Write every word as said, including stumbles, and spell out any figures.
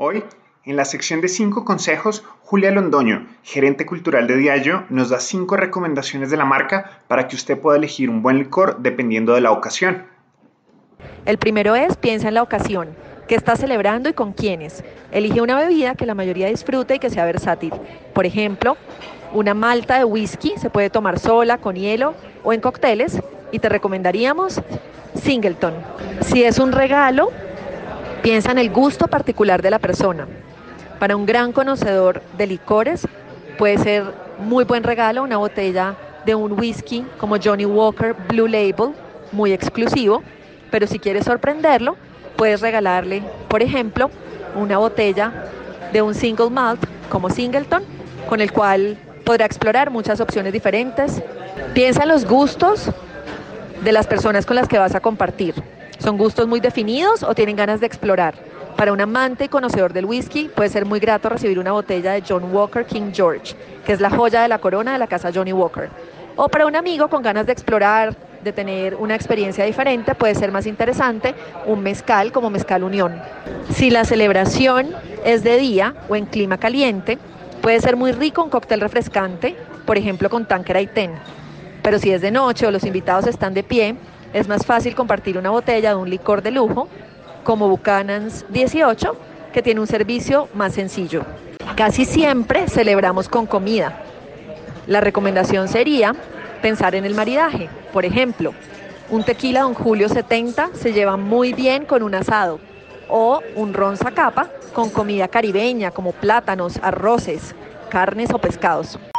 Hoy, en la sección de cinco consejos, Julia Londoño, gerente cultural de Diageo, nos da cinco recomendaciones de la marca para que usted pueda elegir un buen licor dependiendo de la ocasión. El primero es, piensa en la ocasión. ¿Qué estás celebrando y con quiénes? Elige una bebida que la mayoría disfrute y que sea versátil. Por ejemplo, una malta de whisky se puede tomar sola, con hielo o en cócteles, y te recomendaríamos Singleton. Si es un regalo, piensa en el gusto particular de la persona. Para un gran conocedor de licores, puede ser muy buen regalo una botella de un whisky como Johnnie Walker Blue Label, muy exclusivo, pero si quieres sorprenderlo, puedes regalarle, por ejemplo, una botella de un single malt como Singleton, con el cual podrá explorar muchas opciones diferentes. Piensa en los gustos de las personas con las que vas a compartir. ¿Son gustos muy definidos o tienen ganas de explorar? Para un amante y conocedor del whisky, puede ser muy grato recibir una botella de John Walker King George, que es la joya de la corona de la casa Johnnie Walker. O para un amigo con ganas de explorar, de tener una experiencia diferente, puede ser más interesante un mezcal como Mezcal Unión. Si la celebración es de día o en clima caliente, puede ser muy rico un cóctel refrescante, por ejemplo con Tanqueray ten. Pero si es de noche o los invitados están de pie, es más fácil compartir una botella de un licor de lujo, como Buchanan's dieciocho, que tiene un servicio más sencillo. Casi siempre celebramos con comida. La recomendación sería pensar en el maridaje. Por ejemplo, un tequila Don Julio setenta se lleva muy bien con un asado, o un ron Zacapa con comida caribeña como plátanos, arroces, carnes o pescados.